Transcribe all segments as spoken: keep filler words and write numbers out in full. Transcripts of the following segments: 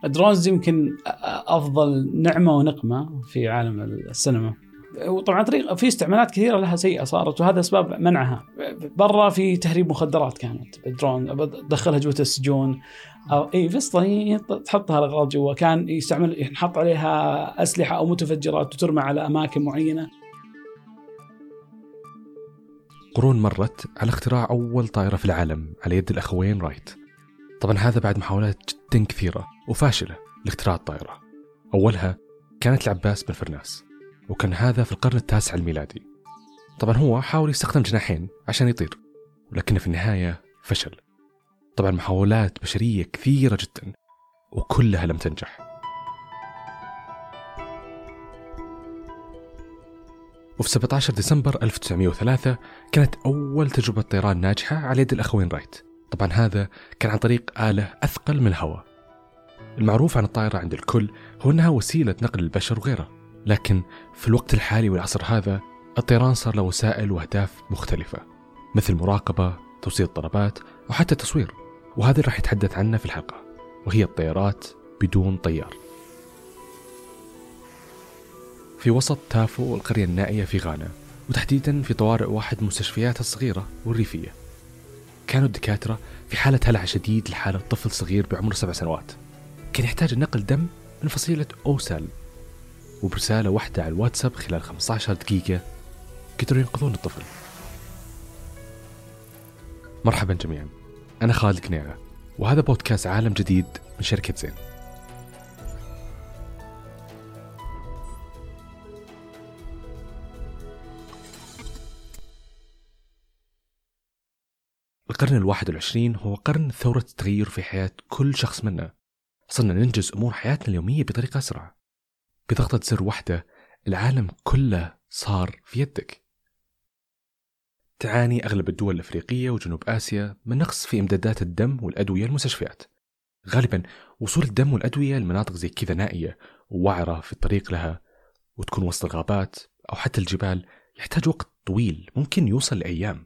الدرونز يمكن أفضل نعمة ونقمة في عالم السينما. وطبعا طريقة في استعمالات كثيرة لها سيئة صارت، وهذا أسباب منعها. برا في تهريب مخدرات كانت الدرون، تدخلها جوة السجون أو أي فسطة تحطها الأغراض جوا. كان يستعمل ينحط عليها أسلحة أو متفجرات وترمى على أماكن معينة. قرون مرت على اختراع أول طائرة في العالم على يد الأخوين رايت. طبعا هذا بعد محاولات جدا كثيرة وفاشلة لاختراع الطائرة. أولها كانت العباس بن فرناس، وكان هذا في القرن التاسع الميلادي. طبعا هو حاول يستخدم جناحين عشان يطير، ولكن في النهاية فشل. طبعا محاولات بشرية كثيرة جدا وكلها لم تنجح. وفي سبعة عشر ديسمبر ألف وتسعمائة وثلاثة كانت أول تجربة طيران ناجحة على يد الأخوين رايت. طبعا هذا كان عن طريق آلة أثقل من الهواء. المعروف عن الطائرة عند الكل هو أنها وسيلة نقل البشر وغيره، لكن في الوقت الحالي والعصر هذا الطيران صار له وسائل وأهداف مختلفة، مثل مراقبة، توصيل الطلبات، أو حتى تصوير. وهذا راح يتحدث عنه في الحلقة، وهي الطيارات بدون طيار. في وسط تافو القرية النائية في غانا، وتحديدا في طوارئ واحد من المستشفيات الصغيرة والريفية، كانوا الدكاترة في حالة هلع شديد لحالة طفل صغير بعمر سبع سنوات كان يحتاج نقل دم من فصيلة أوسال. وبرسالة واحدة على الواتساب خلال خمسة عشر دقيقة قدروا ينقذون الطفل. مرحبا جميعا، أنا خالد قنيعة، وهذا بودكاست عالم جديد من شركة زين. القرن الواحد والعشرين هو قرن ثورة التغير في حياة كل شخص منا. صرنا ننجز أمور حياتنا اليومية بطريقة أسرع. بضغطة زر واحدة العالم كله صار في يدك. تعاني أغلب الدول الأفريقية وجنوب آسيا من نقص في إمدادات الدم والأدوية للمستشفيات. غالبا وصول الدم والأدوية لمناطق زي كذا نائية ووعرة في الطريق لها، وتكون وسط الغابات أو حتى الجبال، يحتاج وقت طويل ممكن يوصل لأيام.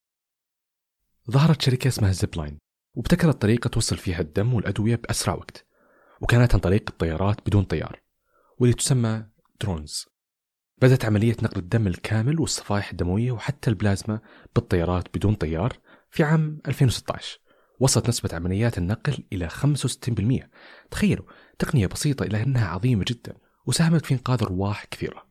ظهرت شركة اسمها زيبلاين وابتكرت طريقة توصل فيها الدم والأدوية بأسرع وقت، وكانت عن طريق الطيارات بدون طيار واللي تسمى درونز. بدأت عملية نقل الدم الكامل والصفائح الدموية وحتى البلازما بالطيارات بدون طيار في عام ألفين وستة عشر. وصلت نسبة عمليات النقل إلى خمسة وستين بالمئة. تخيلوا، تقنية بسيطة إلى أنها عظيمة جدا وساهمت في إنقاذ أرواح كثيرة.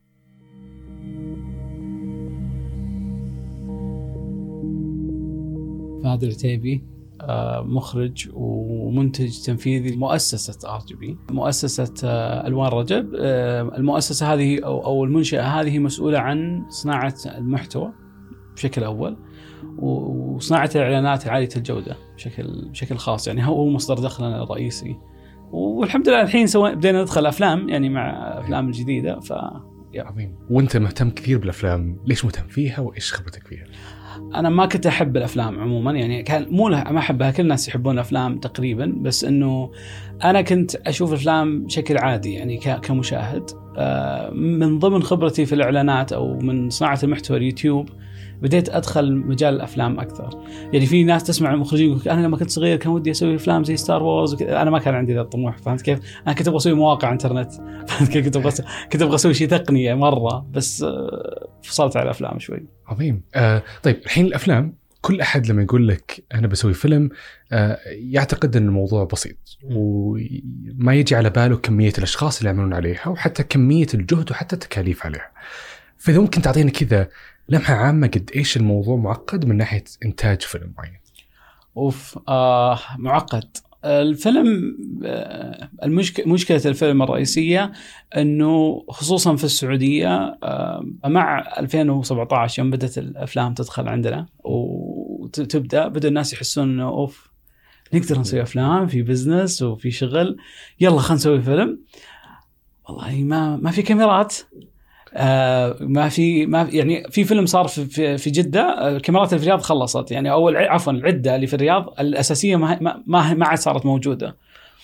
فهد العتيبي، مخرج ومنتج تنفيذي مؤسسة آر جي بي، مؤسسة ألوان رجب. المؤسسة هذه أو المنشأة هذه مسؤولة عن صناعة المحتوى بشكل أول، وصناعة الإعلانات عالية الجودة بشكل بشكل خاص. يعني هو مصدر دخلنا الرئيسي، والحمد لله الحين سوينا بدينا ندخل أفلام يعني مع أفلام الجديدة. ف عظيم. وأنت مهتم كثير بالأفلام، ليش مهتم فيها وإيش خبرتك فيها؟ أنا ما كنت أحب الأفلام عموما، يعني كان مو له ما أحبها، كل الناس يحبون الأفلام تقريبا، بس إنه أنا كنت أشوف الأفلام بشكل عادي يعني كمشاهد. من ضمن خبرتي في الإعلانات أو من صناعة المحتوى اليوتيوب بديت أدخل مجال الأفلام أكثر. يعني في ناس تسمع المخرجين يقول أنا لما كنت صغير كان ودي أسوي أفلام زي ستار وورز وكذا. أنا ما كان عندي ذا الطموح، فهمت كيف؟ أنا كنت أبغى أسوي مواقع إنترنت، فهمت كيف؟ كنت أبغى كنت أبغى أسوي شيء تقنية مرة، بس فصلت على الأفلام شوي. عظيم. آه طيب الحين الأفلام، كل أحد لما يقول لك أنا بسوي فيلم آه يعتقد أن الموضوع بسيط، وما يجي على باله كمية الأشخاص اللي يعملون عليها وحتى كمية الجهد وحتى التكاليف عليها. فإذا ممكن تعطينا كذا لمحة عامة قد إيش الموضوع معقد من ناحية إنتاج فيلم معين؟ أوف آه معقد الفيلم. آه المشكلة مشكلة الفيلم الرئيسية أنه خصوصا في السعودية آه مع ألفين وسبعة عشر يوم بدأت الأفلام تدخل عندنا وتبدأ بدأ الناس يحسون أنه أوف نقدر نسوي أفلام، في بزنس وفي شغل، يلا خلنا نسوي فيلم. والله ما ما في كاميرات، آه ما في ما يعني في فيلم صار في في جدة، الكاميرات اللي في الرياض خلصت يعني، أول عفوا العدة اللي في الرياض الأساسية ما ما ما عاد صارت موجودة.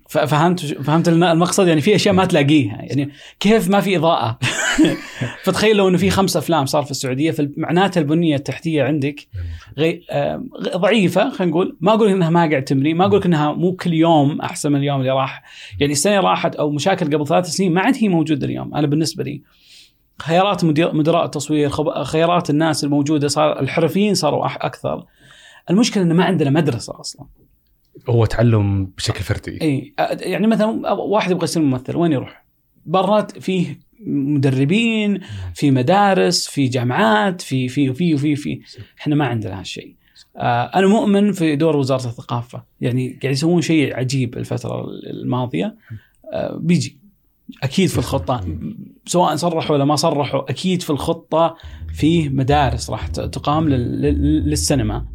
فهمت فهمت المقصد يعني في أشياء ما تلاقيها يعني كيف ما في إضاءة فتخيل لو إنه في خمس أفلام صار في السعودية فمعناتها البنية التحتية عندك غي... آه... ضعيفة خلينا نقول ما أقول إنها ما قاعد تمري ما أقول إنها مو كل يوم أحسن من اليوم اللي راح يعني السنة راحت أو مشاكل قبل ثلاث سنين ما عاد هي موجودة اليوم. أنا بالنسبة لي خيارات مدير... مدراء التصوير خب... خيارات الناس الموجودة صار الحرفيين صاروا أح... أكثر. المشكلة إنه ما عندنا مدرسة أصلاً هو تعلم بشكل فردي. اي يعني مثلا واحد يبغى يصير ممثل وين يروح؟ برات فيه مدربين في مدارس في جامعات في في وفي وفي في احنا ما عندنا هالشيء. آه انا مؤمن في دور وزارة الثقافة يعني قاعد يسوون شيء عجيب الفترة الماضية. آه بيجي اكيد في الخطة سواء صرحوا ولا ما صرحوا اكيد في الخطة فيه مدارس راح تقام للسينما.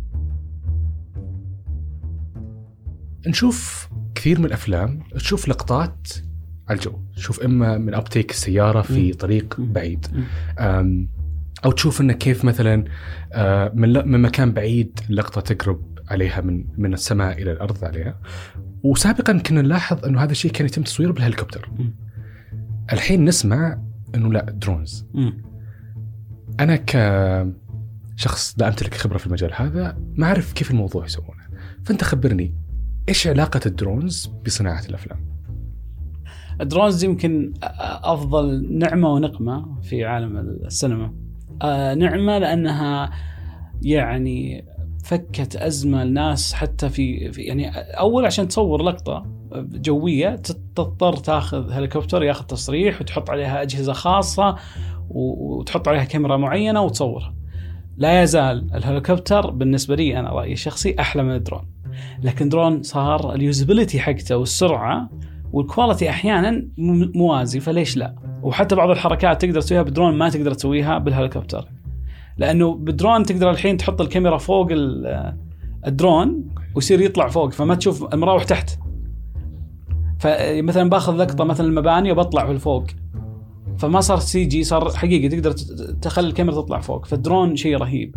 نشوف كثير من الأفلام تشوف لقطات على الجو تشوف إما من أبتيك السيارة في طريق بعيد أو تشوف إنه كيف مثلا من مكان بعيد اللقطة تقرب عليها من من السماء إلى الأرض عليها. وسابقا كنا نلاحظ إنه هذا الشيء كان يتم تصويره بالهليكوبتر. الحين نسمع إنه لا درونز. أنا كشخص لا أمتلك خبرة في المجال هذا ما أعرف كيف الموضوع يسوونه فأنت خبرني إيش علاقة الدرونز بصناعة الأفلام؟ الدرونز يمكن أفضل نعمة ونقمة في عالم السينما. آه نعمة لأنها يعني فكت أزمة الناس حتى في, في يعني أول عشان تصور لقطة جوية تضطر تأخذ هليكوبتر يأخذ تصريح وتحط عليها أجهزة خاصة وتحط عليها كاميرا معينة وتصورها. لا يزال الهليكوبتر بالنسبة لي أنا رأيي الشخصي أحلى من الدرون. لكن درون صار اليوزابيلتي حقته والسرعة والكواليتي أحيانا موازي فليش لا. وحتى بعض الحركات تقدر تسويها بالدرون ما تقدر تسويها بالهليكوبتر لأنه بالدرون تقدر الحين تحط الكاميرا فوق الدرون ويصير يطلع فوق فما تشوف المراوح تحت. فمثلا باخذ لقطة مثلا المباني وبطلع في الفوق فما صار سي جي صار حقيقي تقدر تخلي الكاميرا تطلع فوق. فالدرون شيء رهيب.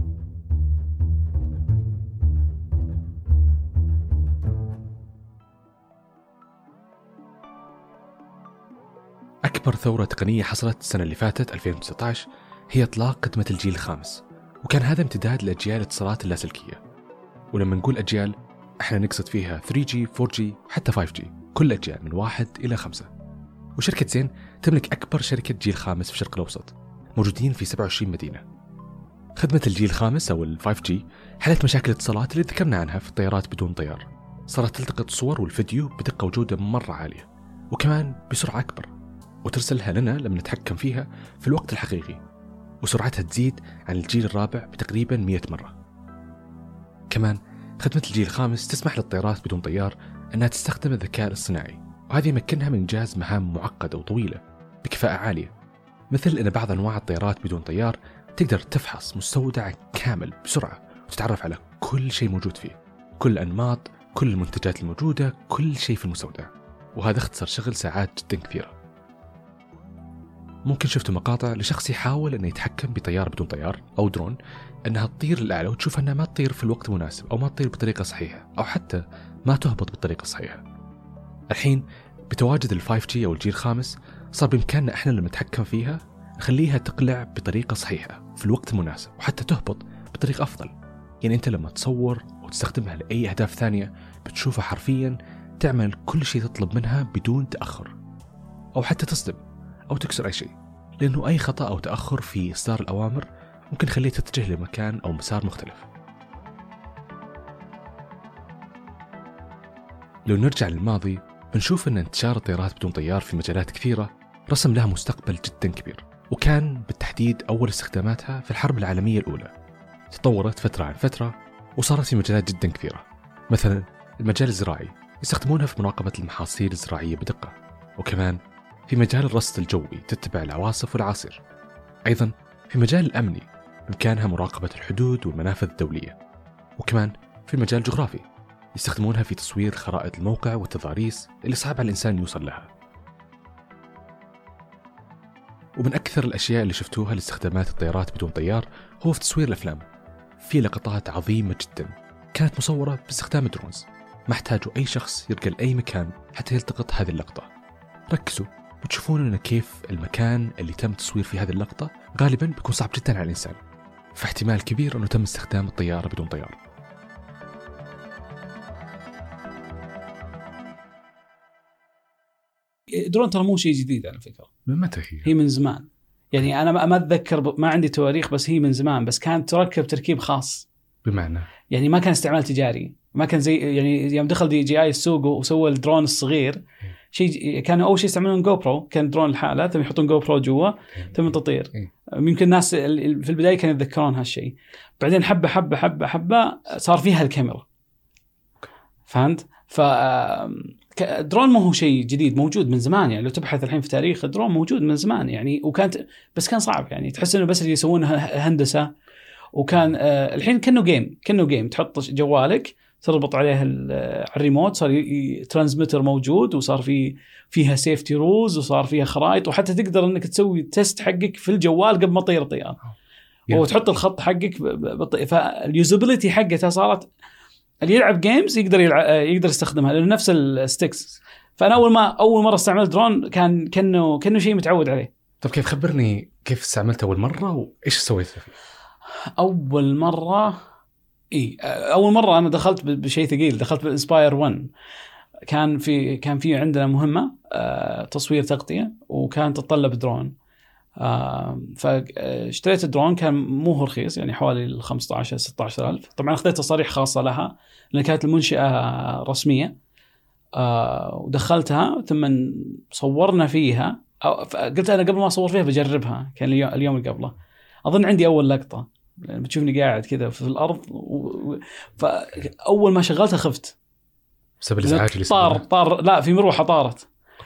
أكبر ثورة تقنية حصلت السنة اللي فاتت ألفين وتسعة عشر هي إطلاق خدمة الجيل الخامس وكان هذا امتداد لأجيال الاتصالات اللاسلكية. ولما نقول أجيال احنا نقصد فيها ثري جي فور جي حتى فايف جي كل أجيال من واحد إلى خمسة. وشركة زين تملك أكبر شركة جيل خامس في الشرق الأوسط موجودين في سبعة وعشرين مدينة. خدمة الجيل الخامس أو الفايف جي حلت مشاكل الاتصالات اللي ذكرنا عنها في الطيارات بدون طيار. صارت تلتقط الصور والفيديو بدقة وجودة مرة عالية وكمان بسرعة أكبر وترسلها لنا لما نتحكم فيها في الوقت الحقيقي وسرعتها تزيد عن الجيل الرابع بتقريبا مئة مرة. كمان خدمة الجيل الخامس تسمح للطيارات بدون طيار أنها تستخدم الذكاء الاصطناعي وهذا يمكنها من إنجاز مهام معقدة وطويلة بكفاءة عالية مثل أن بعض أنواع الطيارات بدون طيار تقدر تفحص مستودع كامل بسرعة وتتعرف على كل شيء موجود فيه كل أنماط كل المنتجات الموجودة كل شيء في المستودع وهذا اختصر شغل ساعات جدا كثيرة. ممكن شفتوا مقاطع لشخص يحاول أنه يتحكم بطيارة بدون طيار أو درون أنها تطير للأعلى وتشوف أنها ما تطير في الوقت المناسب أو ما تطير بطريقة صحيحة أو حتى ما تهبط بالطريقة الصحيحة. الحين بتواجد الفايف جي أو الجيل الخامس صار بإمكاننا إحنا لما نتحكم فيها نخليها تقلع بطريقة صحيحة في الوقت المناسب وحتى تهبط بطريقة أفضل. يعني أنت لما تصور وتستخدمها لأي أهداف ثانية بتشوفها حرفيا تعمل كل شيء تطلب منها بدون تأخر أو حتى تصدم أو تكسر أي شيء لأنه أي خطأ أو تأخر في إصدار الأوامر ممكن خليه تتجه لمكان أو مسار مختلف. لو نرجع للماضي بنشوف أن انتشار الطيارات بدون طيار في مجالات كثيرة رسم لها مستقبل جدا كبير وكان بالتحديد أول استخداماتها في الحرب العالمية الأولى. تطورت فترة عن فترة وصارت في مجالات جدا كثيرة مثلا المجال الزراعي يستخدمونها في مراقبة المحاصيل الزراعية بدقة وكمان في مجال الرصد الجوي تتبع العواصف والأعاصير. أيضا في مجال الأمني بإمكانها مراقبة الحدود والمنافذ الدولية وكمان في المجال الجغرافي يستخدمونها في تصوير خرائط الموقع والتضاريس اللي صعب على الإنسان يوصل لها. ومن أكثر الأشياء اللي شفتوها لاستخدامات الطيارات بدون طيار هو في تصوير الأفلام. في لقطات عظيمة جدا كانت مصورة باستخدام درونز ما احتاجوا أي شخص يرقى لأي مكان حتى يلتقط هذه اللقطة. ركزوا وتشوفون أن كيف المكان اللي تم تصوير فيه هذه اللقطة غالبا بيكون صعب جدا على الإنسان، فاحتمال كبير أنه تم استخدام الطيارة بدون طيار. درون ترى مو شيء جديد على فكرة. من متى هي؟ هي من زمان، يعني أنا ما أتذكر، ما عندي تواريخ، بس هي من زمان، بس كانت تركب تركيب خاص. بمعنى يعني ما كان استعمال تجاري، ما كان زي يعني يوم دخل دي جي آي السوق وسوى الدرون الصغير شيء، كانوا أول شيء يستعملون جو برو، كان درون الحالة ثم يحطون جو برو جوا ثم تطير. يمكن الناس في البداية كانوا يتذكرون هالشيء، بعدين حبة حبة حبة حبة صار فيها الكاميرا، فهمت؟ فدرون ما هو شيء جديد، موجود من زمان. يعني لو تبحث الحين في تاريخ الدرون موجود من زمان يعني، وكانت بس كان صعب، يعني تحس إنه بس اللي يسوونها هندسة. وكان آه الحين كأنه جيم كأنه جيم تحط جوالك تربط عليه الريموت، صار ترانسميتر موجود، وصار في فيها سيفتي رولز، وصار فيها خرائط، وحتى تقدر انك تسوي تيست حقك في الجوال قبل ما تطير الطيارة وتحط الخط حقك. فاليوزابيلتي حقتها صارت اللي يلعب جيمز يقدر يلعب يقدر يستخدمها لأنه نفس الستيكس. فأنا أول ما أول مرة استعملت درون كان كأنه كأنه شيء متعود عليه. طب كيف خبرني كيف استعملته أول مرة وإيش سويت فيه؟ أول مرة إيه أول مرة أنا دخلت بشيء ثقيل، دخلت بالإنسباير ون. كان في كان في عندنا مهمة آه تصوير تغطية، وكان تتطلب درون. آه فاشتريت الدرون، كان مو هو رخيص يعني حوالي خمسة عشر ستة عشر ألف. طبعا أخذت تصاريح خاصة لها لأن كانت المنشأة رسمية. آه ودخلتها ثم صورنا فيها. قلت أنا قبل ما أصور فيها بجربها، كان اليوم اللي قبله أظن عندي أول لقطة يعني بتشوفني قاعد كذا في الأرض و... فأول ما شغلتها خفت بسبب الإزعاج اللي طار طار لا في مروحة طارت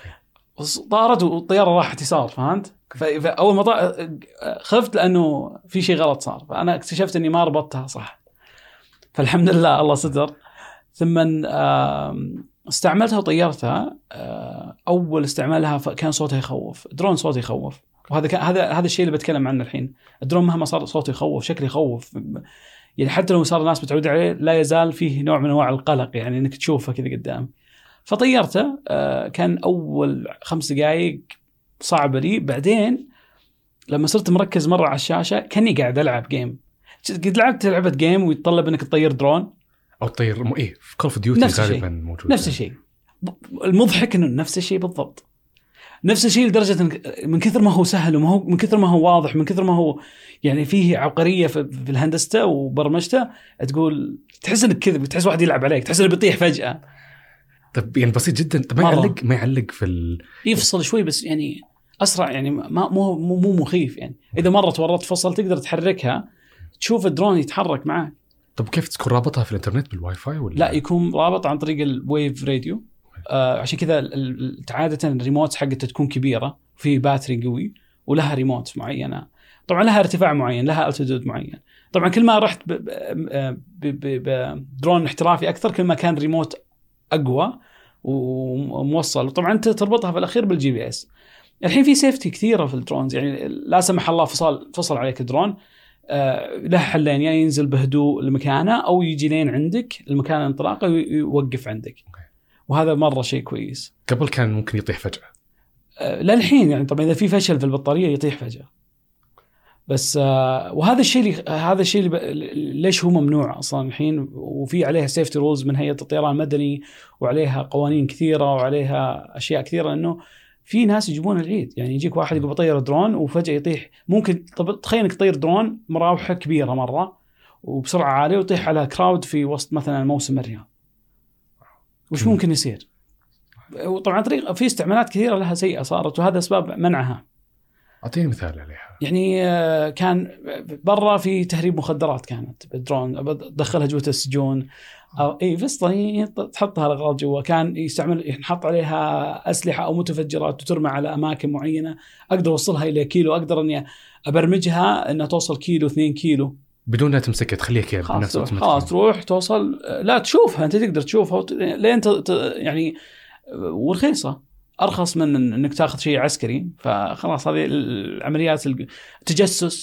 طارت والطيارة راحت يسار، فهمت؟ فأول ما طار خفت لأنه في شيء غلط صار، فأنا اكتشفت إني ما ربطتها صح، فالحمد لله الله ستر. ثم استعملتها وطيرتها. أول استعمالها كان صوتها يخوف، درون صوته يخوف، وهذا كان هذا هذا الشيء اللي بتكلم عنه الحين. الدرون مهما صار صوته يخوف، شكله يخوف، يعني حتى لو صار الناس بتعود عليه لا يزال فيه نوع من انواع القلق، يعني انك تشوفه كذا قدام. فطيرته. كان اول خمس دقائق صعبه لي، بعدين لما صرت مركز مره على الشاشه كاني قاعد العب جيم. قد لعبت لعبه جيم ويتطلب انك تطير درون او تطير م... ايه في كول اوف ديوتي غالبا موجود نفس الشيء. المضحك انه نفس الشيء بالضبط، نفس الشيء لدرجة من كثر ما هو سهل وما هو من كثر ما هو واضح، من كثر ما هو يعني فيه عبقرية في الهندسة وبرمجته، تقول تحس انك كذا بتحس واحد يلعب عليك، تحس انه بيطيح فجأة. طب يعني بسيط جدا. طب ما يعلق ما يعلق في ال... يفصل شوي بس يعني أسرع، يعني ما مو مو مخيف يعني. إذا مرة تورطت فصل تقدر تحركها تشوف الدرون يتحرك معك. طب كيف تكون رابطها في الإنترنت بالواي فاي ولا؟ لا، يكون رابط عن طريق الويف راديو. آه عشان كذا عادة الريموت حقتها تكون كبيرة، في باتري قوي، ولها ريموت معينة. طبعا لها ارتفاع معين، لها التيتود معين. طبعا كل ما رحت بدرون احترافي أكثر كل ما كان ريموت أقوى وموصل. طبعا أنت تربطها في الأخير بالجي بي إس. الحين في سيفتي كثيرة في الدرونز، يعني لا سمح الله فصل فصل عليك درون، آه له حلين: يا ينزل بهدوء لمكانه أو يجي لين عندك المكان الانطلاقه ويوقف عندك. وهذا مرة شيء كويس. قبل كان ممكن يطيح فجأة. أه للحين يعني طبعا إذا في فشل في البطارية يطيح فجأة. بس أه وهذا الشيء اللي هذا الشيء اللي ب... ليش هو ممنوع أصلا الحين، وفي عليها سيفتي رولز من هيئة الطيران المدني، وعليها قوانين كثيرة وعليها أشياء كثيرة، إنه في ناس يجيبون العيد. يعني يجيك واحد يقول بطير درون وفجأة يطيح. ممكن طب تخيل إنك تطير درون مراوحة كبيرة مرة وبسرعة عالية ويطيح على كراود في وسط مثلا موسم الرياض، وش ممكن يصير؟ وطبعا طريقة في استعمالات كثيرة لها سيئة صارت، وهذا أسباب منعها. أعطيني مثال عليها. يعني كان برا في تهريب مخدرات، كانت بالدرون تدخلها جوة السجون أو إيه فسطني تحطها الأغراض جوا. كان يستعمل ينحط عليها أسلحة أو متفجرات وترمى على أماكن معينة، أقدر أوصلها إلى كيلو، أقدر إني أبرمجها إنها توصل كيلو اثنين كيلو بدون لا تمسكها، تخليها كذا خلاص خلاص تروح توصل. لا تشوفها أنت، تقدر تشوفها وت... لين ت... يعني ورخيصة، أرخص من إنك تأخذ شيء عسكري. فخلاص هذه العمليات التجسس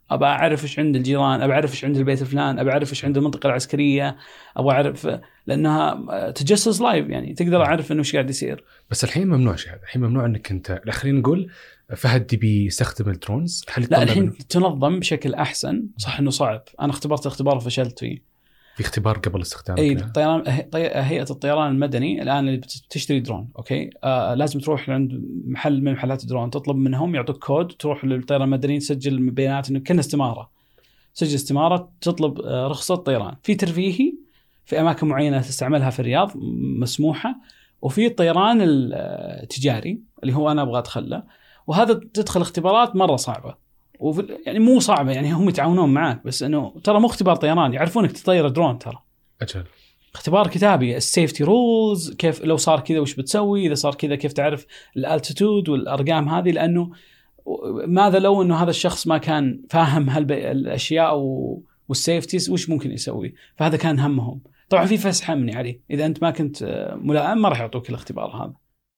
ابى اعرف ايش عند الجيران، ابى اعرف ايش عند البيت الفلان، ابى اعرف ايش عند المنطقه العسكريه، ابى اعرف، لانها تجسس لايف يعني تقدر اعرف انه ايش قاعد يصير. بس الحين ممنوع شيء هذا، الحين ممنوع انك انت خلينا نقول فهد دي يستخدم الدرونز. لا الحين من... تنظم بشكل احسن. صح انه صعب، انا اختبرت اختبار وفشلت فيه. في اختبار قبل استخدامه. اي الطيران، هيئه الطيران المدني الان اللي بتشتري درون اوكي آه لازم تروح عند محل من محلات الدرون، تطلب منهم يعطوك كود، تروح للطيران المدني تسجل بيانات انه كنا استماره، سجل استماره، تطلب آه رخصه طيران. في ترفيهي في اماكن معينه تستعملها في الرياض مسموحه، وفي الطيران التجاري اللي هو انا ابغى ادخله، وهذا تدخل اختبارات مره صعبه، يعني مو صعبة يعني هم يتعاونون معاك، بس انه ترى مو اختبار طيران، يعرفونك تطير درون ترى. اجل اختبار كتابي، السيفتي رولز، كيف لو صار كذا وش بتسوي، اذا صار كذا كيف تعرف الالتيتود والارقام هذه، لانه ماذا لو انه هذا الشخص ما كان فاهم هالاشياء والسيفتيز وش ممكن يسوي. فهذا كان همهم. طبعا في فسح امني عليه، اذا انت ما كنت ملائم ما راح يعطوك الاختبار هذا.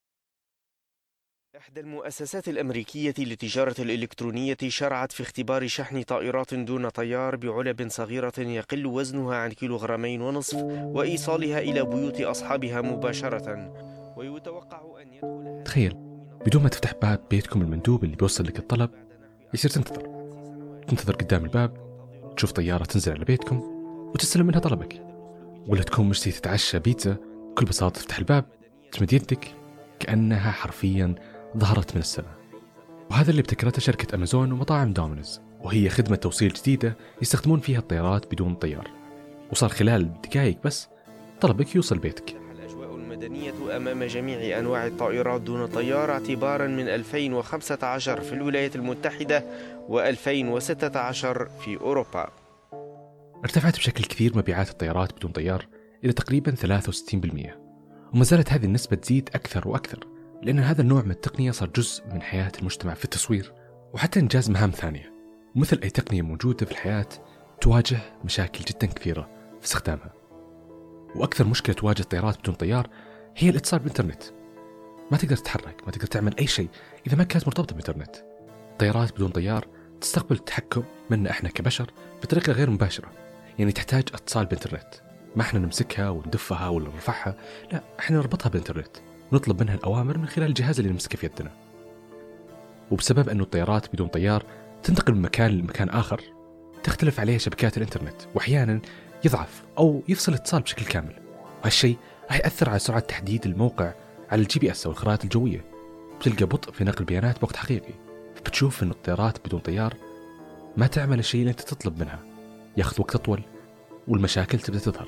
إحدى المؤسسات الأمريكية للتجارة الإلكترونية شرعت في اختبار شحن طائرات دون طيار بعلب صغيرة يقل وزنها عن كيلوغرامين ونصف وإيصالها إلى بيوت أصحابها مباشرة. ويتوقع أن يدخل تخيل بدون ما تفتح باب بيتكم المندوب اللي بيوصل لك الطلب يصير تنتظر تنتظر قدام الباب، تشوف طيارة تنزل على بيتكم وتستلم منها طلبك. ولا تكون مشتي تتعشى بيتزا، بكل بساطة تفتح الباب تمد يدك كأنها حرفياً ظهرت من السماء. وهذا اللي ابتكرته شركة أمازون ومطاعم دومينوز، وهي خدمة توصيل جديدة يستخدمون فيها الطيارات بدون طيار، وصار خلال دقائق بس طلبك يوصل بيتك. الأجواء المدنية أمام جميع أنواع الطائرات دون طيار اعتباراً من ألفين وخمسة عشر في الولايات المتحدة وألفين وستة عشر في أوروبا. ارتفعت بشكل كثير مبيعات الطيارات بدون طيار إلى تقريباً ثلاثة وستين بالمئة، وما زالت هذه النسبة تزيد أكثر وأكثر، لأن هذا النوع من التقنية صار جزء من حياة المجتمع في التصوير وحتى إنجاز مهام ثانية. ومثل أي تقنية موجودة في الحياة تواجه مشاكل جدا كثيرة في استخدامها. وأكثر مشكلة تواجه الطيارات بدون طيار هي الاتصال بالإنترنت. ما تقدر تتحرك، ما تقدر تعمل أي شيء إذا ما كانت مرتبطة بالإنترنت. الطيارات بدون طيار تستقبل التحكم منا إحنا كبشر بطريقة غير مباشرة، يعني تحتاج اتصال بالإنترنت، ما إحنا نمسكها وندفها ولا نرفعها، لا إحنا نربطها بالإنترنت ونطلب منها الأوامر من خلال الجهاز اللي نمسكه في يدنا. وبسبب أنه الطيارات بدون طيار تنتقل من مكان لمكان آخر تختلف عليه شبكات الإنترنت، وأحيانا يضعف أو يفصل الاتصال بشكل كامل. وهالشيء راح يأثر على سرعة تحديد الموقع على الجي بي اس أو الخرائط الجوية، بتلقى بطء في نقل البيانات بوقت حقيقي. فبتشوف أنه الطيارات بدون طيار ما تعمل الشيء اللي أنت تطلب منها، ياخذ وقت أطول والمشاكل تبدأ تظهر.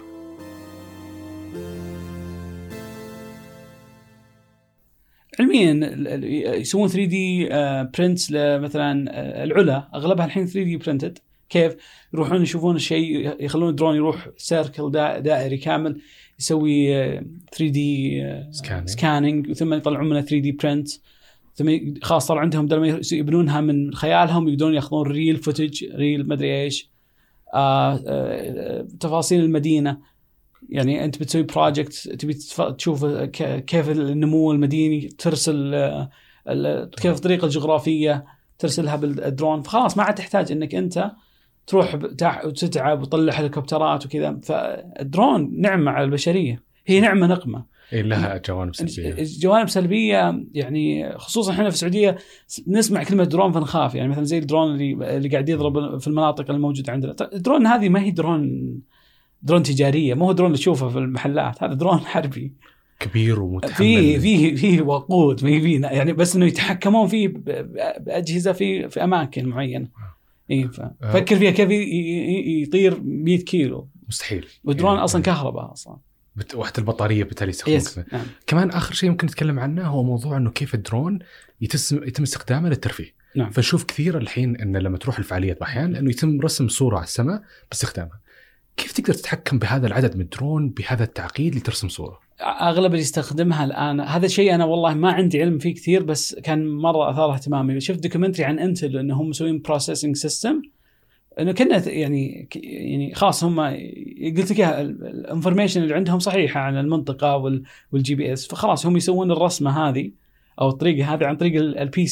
علميا يسوون ثري دي برينتس لمثلا العلا، اغلبها الحين ثري دي برينتد. كيف يروحون يشوفون الشيء، يخلون الدرون يروح سيركل دائري كامل يسوي ثري دي سكانينج، ثم يطلعون منه ثري دي برينت، ثم خلاص صار عندهم بدل يبنونها من خيالهم يقدرون ياخذون ريل فوتج، ريل مدري ايش، آه آه تفاصيل المدينه. يعني أنت بتسوي بروجكت تبي تشوف كيف النمو المديني، ترسل كيف الطريقة الجغرافية ترسلها بالدرون، فخلاص ما عاد تحتاج أنك أنت تروح وتتعب وتطلع هليكوبترات وكذا. فالدرون نعمة على البشرية، هي نعمة نقمة. إيه لها جوانب سلبية. جوانب سلبية يعني خصوصا إحنا في السعودية نسمع كلمة درون فنخاف، يعني مثلا زي الدرون اللي اللي قاعد يضرب في المناطق الموجودة عندنا. الدرون هذه ما هي درون درون تجارية، مو درون اللي تشوفه في المحلات، هذا درون حربي كبير ومتحمل، فيه فيه فيه وقود، ما فيه يعني بس إنه يتحكمون فيه بأجهزة في في أماكن معينة. إيه فكر فيها كيف يطير مية كيلو، مستحيل. ودرون يعني أصلا كهرباء أصلا، وحتى البطارية بالتالي يستخدمون. نعم. كمان آخر شيء ممكن نتكلم عنه هو موضوع إنه كيف الدرون يتم يتم استخدامه للترفيه. نعم. فنشوف كثير الحين إن لما تروح الفعاليات بأحيان إنه يتم رسم صورة على السماء باستخدامها. كيف تقدر تتحكم بهذا العدد من الدرون بهذا التعقيد لترسم صورة؟ أغلب اللي يستخدمها الآن هذا الشيء أنا والله ما عندي علم فيه كثير، بس كان مرة أثار اهتمامي. شفت دوكيومنتري عن انتل إنهم مسوين بروسيسنج سيستم، إنه كنا يعني يعني خاص هم قلت لك الانفورميشن اللي عندهم صحيحة عن المنطقة والجي بي اس، فخلاص هم يسوون الرسمة هذه أو الطريقة هذه عن طريق البي سي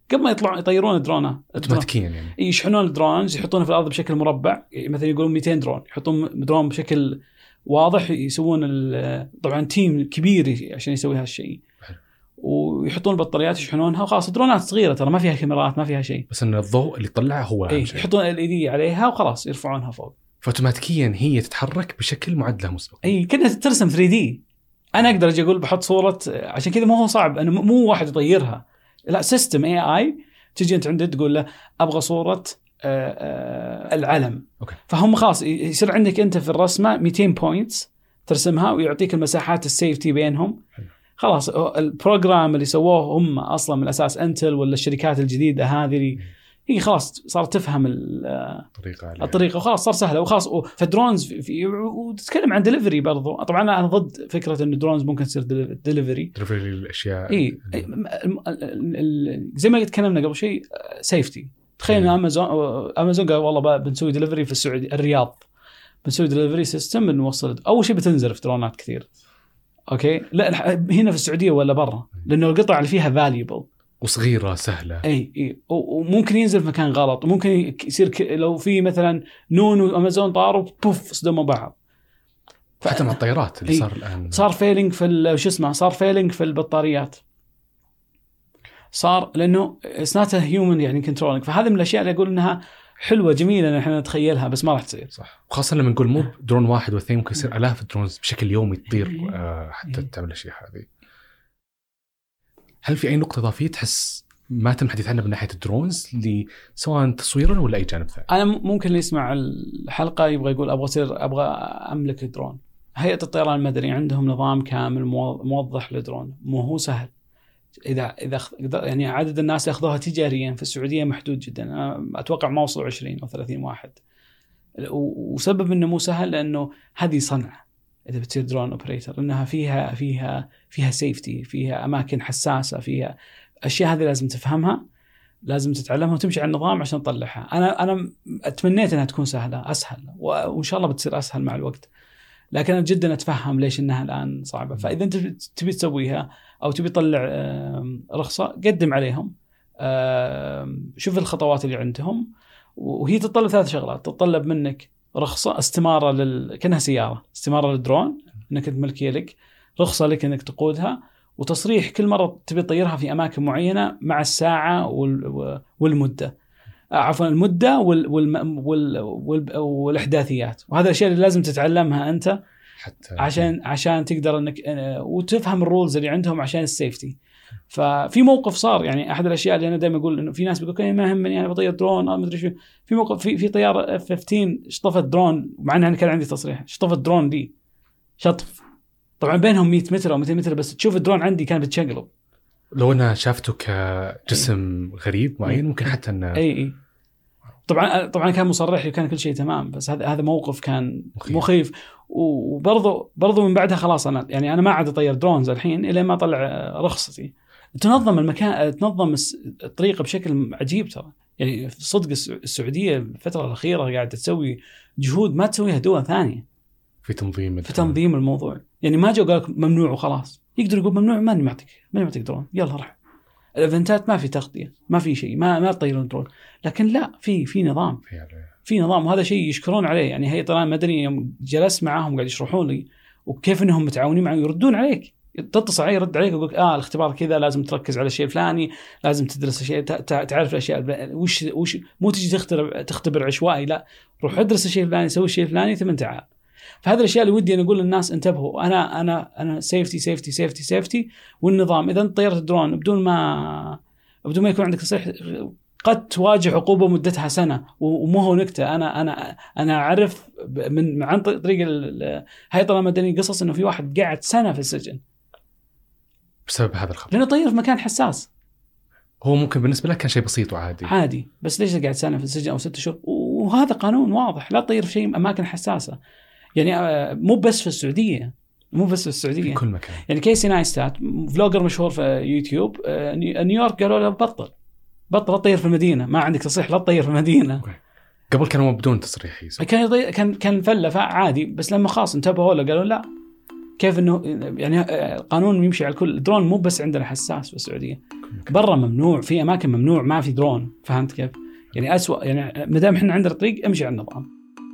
قبل ما يطلعون يطيرون الدرونات اوتوماتيكيا يعني يشحنون الدرونز يحطونها في الارض بشكل مربع، مثلا يقولون مئتين درون يحطون درون بشكل واضح، يسوون طبعا تيم كبير عشان يسوي هالشيء، ويحطون البطاريات يشحنونها وخلاص. درونات صغيره ترى ما فيها كاميرات ما فيها شيء، بس ان الضوء اللي يطلعه هو ايه يحطون ال اي دي عليها وخلاص يرفعونها فوق، فاوتوماتيكيا هي تتحرك بشكل معد له مسبقا. اي كأنها ترسم ثري دي. انا اقدر اجي اقول بحط صوره، عشان كذا مو هو صعب انه مو واحد يطيرها، لا سيستم اي اي تجي انت عنده تقول له ابغى صوره آآ آآ العلم أوكي. فهم خلاص يصير عندك انت في الرسمه مئتين بوينتس ترسمها ويعطيك المساحات السيفتي بينهم. خلاص البروجرام اللي سووه هم اصلا من الاساس انتل ولا الشركات الجديده هذه هي خلاص صارت تفهم الطريقه الطريقه وخلاص صار سهله وخلاص. فالدرونز في وتتكلم عن دليفري برضو. طبعا انا ضد فكره انه درونز ممكن تصير دليفري دليفري الاشياء اي زي ما تكلمنا قبل شيء سيفتي. تخيل ان امازون امازون قال والله بنسوي دليفري في السعوديه الرياض، بنسوي دليفري سيستم بنوصل. اول شيء بتنزل في درونات كثير اوكي، لا هنا في السعوديه ولا برا، لانه القطع اللي فيها فاليبل وصغيره سهله. اي اي وممكن ينزل في مكان غلط، وممكن يصير ك... لو في مثلا نون وامازون طاروا بوف صدموا بعض. ف... حتى مع الطيارات اللي صار الان صار فيلينج في شو اسمه صار فيلينج في البطاريات، صار لانه سناته هيومن يعني كنترولينج. فهذه من الاشياء اللي اقول انها حلوه جميله ان احنا نتخيلها بس ما راح تصير. صح، وخاصه لما نقول مو درون واحد واثنين، ممكن يصير الاف الدرونز بشكل يومي تطير آه حتى تعمل الاشياء هذه. هل في اي نقطه اضافيه تحس ما تم الحديث عنها من ناحيه الدرونز اللي سواء تصويرا ولا اي جانب ثاني؟ انا ممكن اللي يسمع الحلقه يبغى يقول ابغى اصير ابغى املك درون. هيئه الطيران المدني عندهم نظام كامل موضح للدرون، مو هو سهل. اذا اذا يعني عدد الناس ياخذوها تجاريا في السعوديه محدود جدا، انا اتوقع ما وصلوا عشرين او ثلاثين واحد. وسبب انه مو سهل لانه هذه صنعه اذا بتصير درون اوبريتور، انها فيها فيها فيها سيفتي، فيها اماكن حساسه، فيها اشياء هذه لازم تفهمها، لازم تتعلمها وتمشي على النظام عشان تطلعها. انا انا اتمنيت انها تكون سهله اسهل، وان شاء الله بتصير اسهل مع الوقت، لكن انا جدا اتفهم ليش انها الان صعبه. فاذا انت تبي تسويها او تبي تطلع رخصه قدم عليهم، شوف الخطوات اللي عندهم، وهي تتطلب ثلاث شغلات. تتطلب منك رخصه، استماره لل كأنها سياره، استماره للدرون انك تملكيه لك، رخصه لك انك تقودها، وتصريح كل مره تبي تطيرها في اماكن معينه مع الساعه والمده، عفوا المده وال وال وال والاحداثيات. وهذا الاشياء اللي لازم تتعلمها انت حتى عشان عشان تقدر انك وتفهم الرولز اللي عندهم عشان السيفتي. ففي موقف صار، يعني احد الاشياء اللي انا دائما اقول انه في ناس بيقول ما يهمني انا بطير درون ما ادري شو. في موقف في في طياره اف خمستاشر شطفت درون، مع انها كان عندي تصريح، شطفت درون دي شطف طبعا بينهم مئة متر او مئتين متر، بس تشوف الدرون عندي كان بتشقلب. لو انا شافته كجسم أي. غريب معين ممكن حتى انه اي اي طبعا طبعا كان مصرح وكان كل شيء تمام، بس هذا هذا موقف كان مخيف, مخيف. وبرضه برضه من بعدها خلاص انا يعني انا ما عاد اطير درونز الحين الا ما اطلع رخصتي. تنظم المكان، تنظم الطريقه بشكل عجيب ترى. يعني صدق السعوديه الفتره الاخيره قاعده تسوي جهود ما تسويها دول ثانيه في تنظيم في تنظيم الموضوع. يعني ما جو قال ممنوع وخلاص، يقدر يقول ممنوع ماني معطيك ماني معطيك درون يلا رح. الايفنتات ما في تغطيه، ما في شيء، ما ما تطيرون درون، لكن لا في في نظام في نظام وهذا شيء يشكرون عليه. يعني هيئه الطيران المدني يوم جلست معاهم قاعد يشرحون لي وكيف انهم متعاونين معي يردون عليك، تتصل علي يرد عليك ويقول اه الاختبار كذا لازم تركز على الشيء الفلاني، لازم تدرس الشيء تعرف الاشياء وش وش مو تجي تختبر تختبر عشوائي، لا روح ادرس الشيء الفلاني سوي الشيء الفلاني ثم تعال. فهذا الاشياء اللي ودي انا اقول للناس انتبهوا. انا انا انا سيفتي سيفتي سيفتي سيفتي والنظام. اذا انت طيرت الدرون بدون ما بدون ما يكون عندك تصريح قد تواجه عقوبه مدتها سنه، ومو هو نكته. انا انا انا اعرف من عن طريق الهيئه الطيران المدني قصص انه في واحد قاعد سنه في السجن بسبب هذا الخبر، لانه طير في مكان حساس. هو ممكن بالنسبه لك كان شيء بسيط وعادي عادي، بس ليش قاعد سنه في السجن او ستة شهور؟ وهذا قانون واضح، لا تطير في شيء اماكن حساسه. يعني مو بس في السعوديه، مو بس في السعوديه في كل مكان. يعني كيسي نايستات فلوجر مشهور في يوتيوب، نيويورك قالوا له بطل بطل تطير في المدينه، ما عندك تصريح لا تطير في المدينه. قبل كانوا بدون تصريح يسوي. كان يضي... كان كان فله عادي، بس لما خاص انتبهوا له قالوا لا كيف انه يعني قانون يمشي على الكل. الدرون مو بس عندنا حساس في السعوديه، برا ممنوع، في اماكن ممنوع ما في درون. فهمت كيف؟ يعني اسوأ، يعني ما دام احنا عندنا طريق امشي على النظام.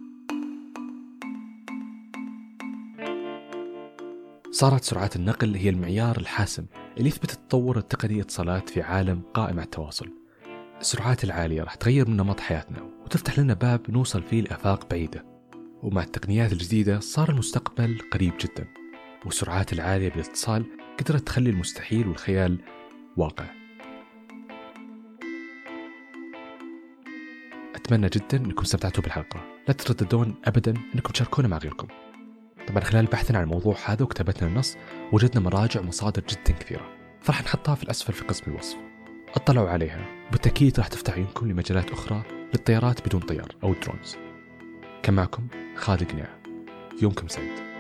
صارت سرعات النقل هي المعيار الحاسم اللي يثبت تطور التقنية الاتصالات في عالم قائم على التواصل. السرعات العالية راح تغير من نمط حياتنا وتفتح لنا باب نوصل فيه لآفاق بعيدة، ومع التقنيات الجديدة صار المستقبل قريب جدا، والسرعات العالية بالاتصال قدرت تخلي المستحيل والخيال واقع. أتمنى جدا أنكم استمتعتوا بالحلقة. لا تترددون أبدا أنكم تشاركونا مع غيركم. طبعا خلال بحثنا عن الموضوع هذا وكتابتنا النص وجدنا مراجع ومصادر جدا كثيرة، فراح نحطها في الأسفل في قسم الوصف. اطلعوا عليها، بالتأكيد راح تفتح عيونكم لمجالات أخرى للطيارات بدون طيار أو درونز. كان معكم خالد قناع، يومكم سعيد.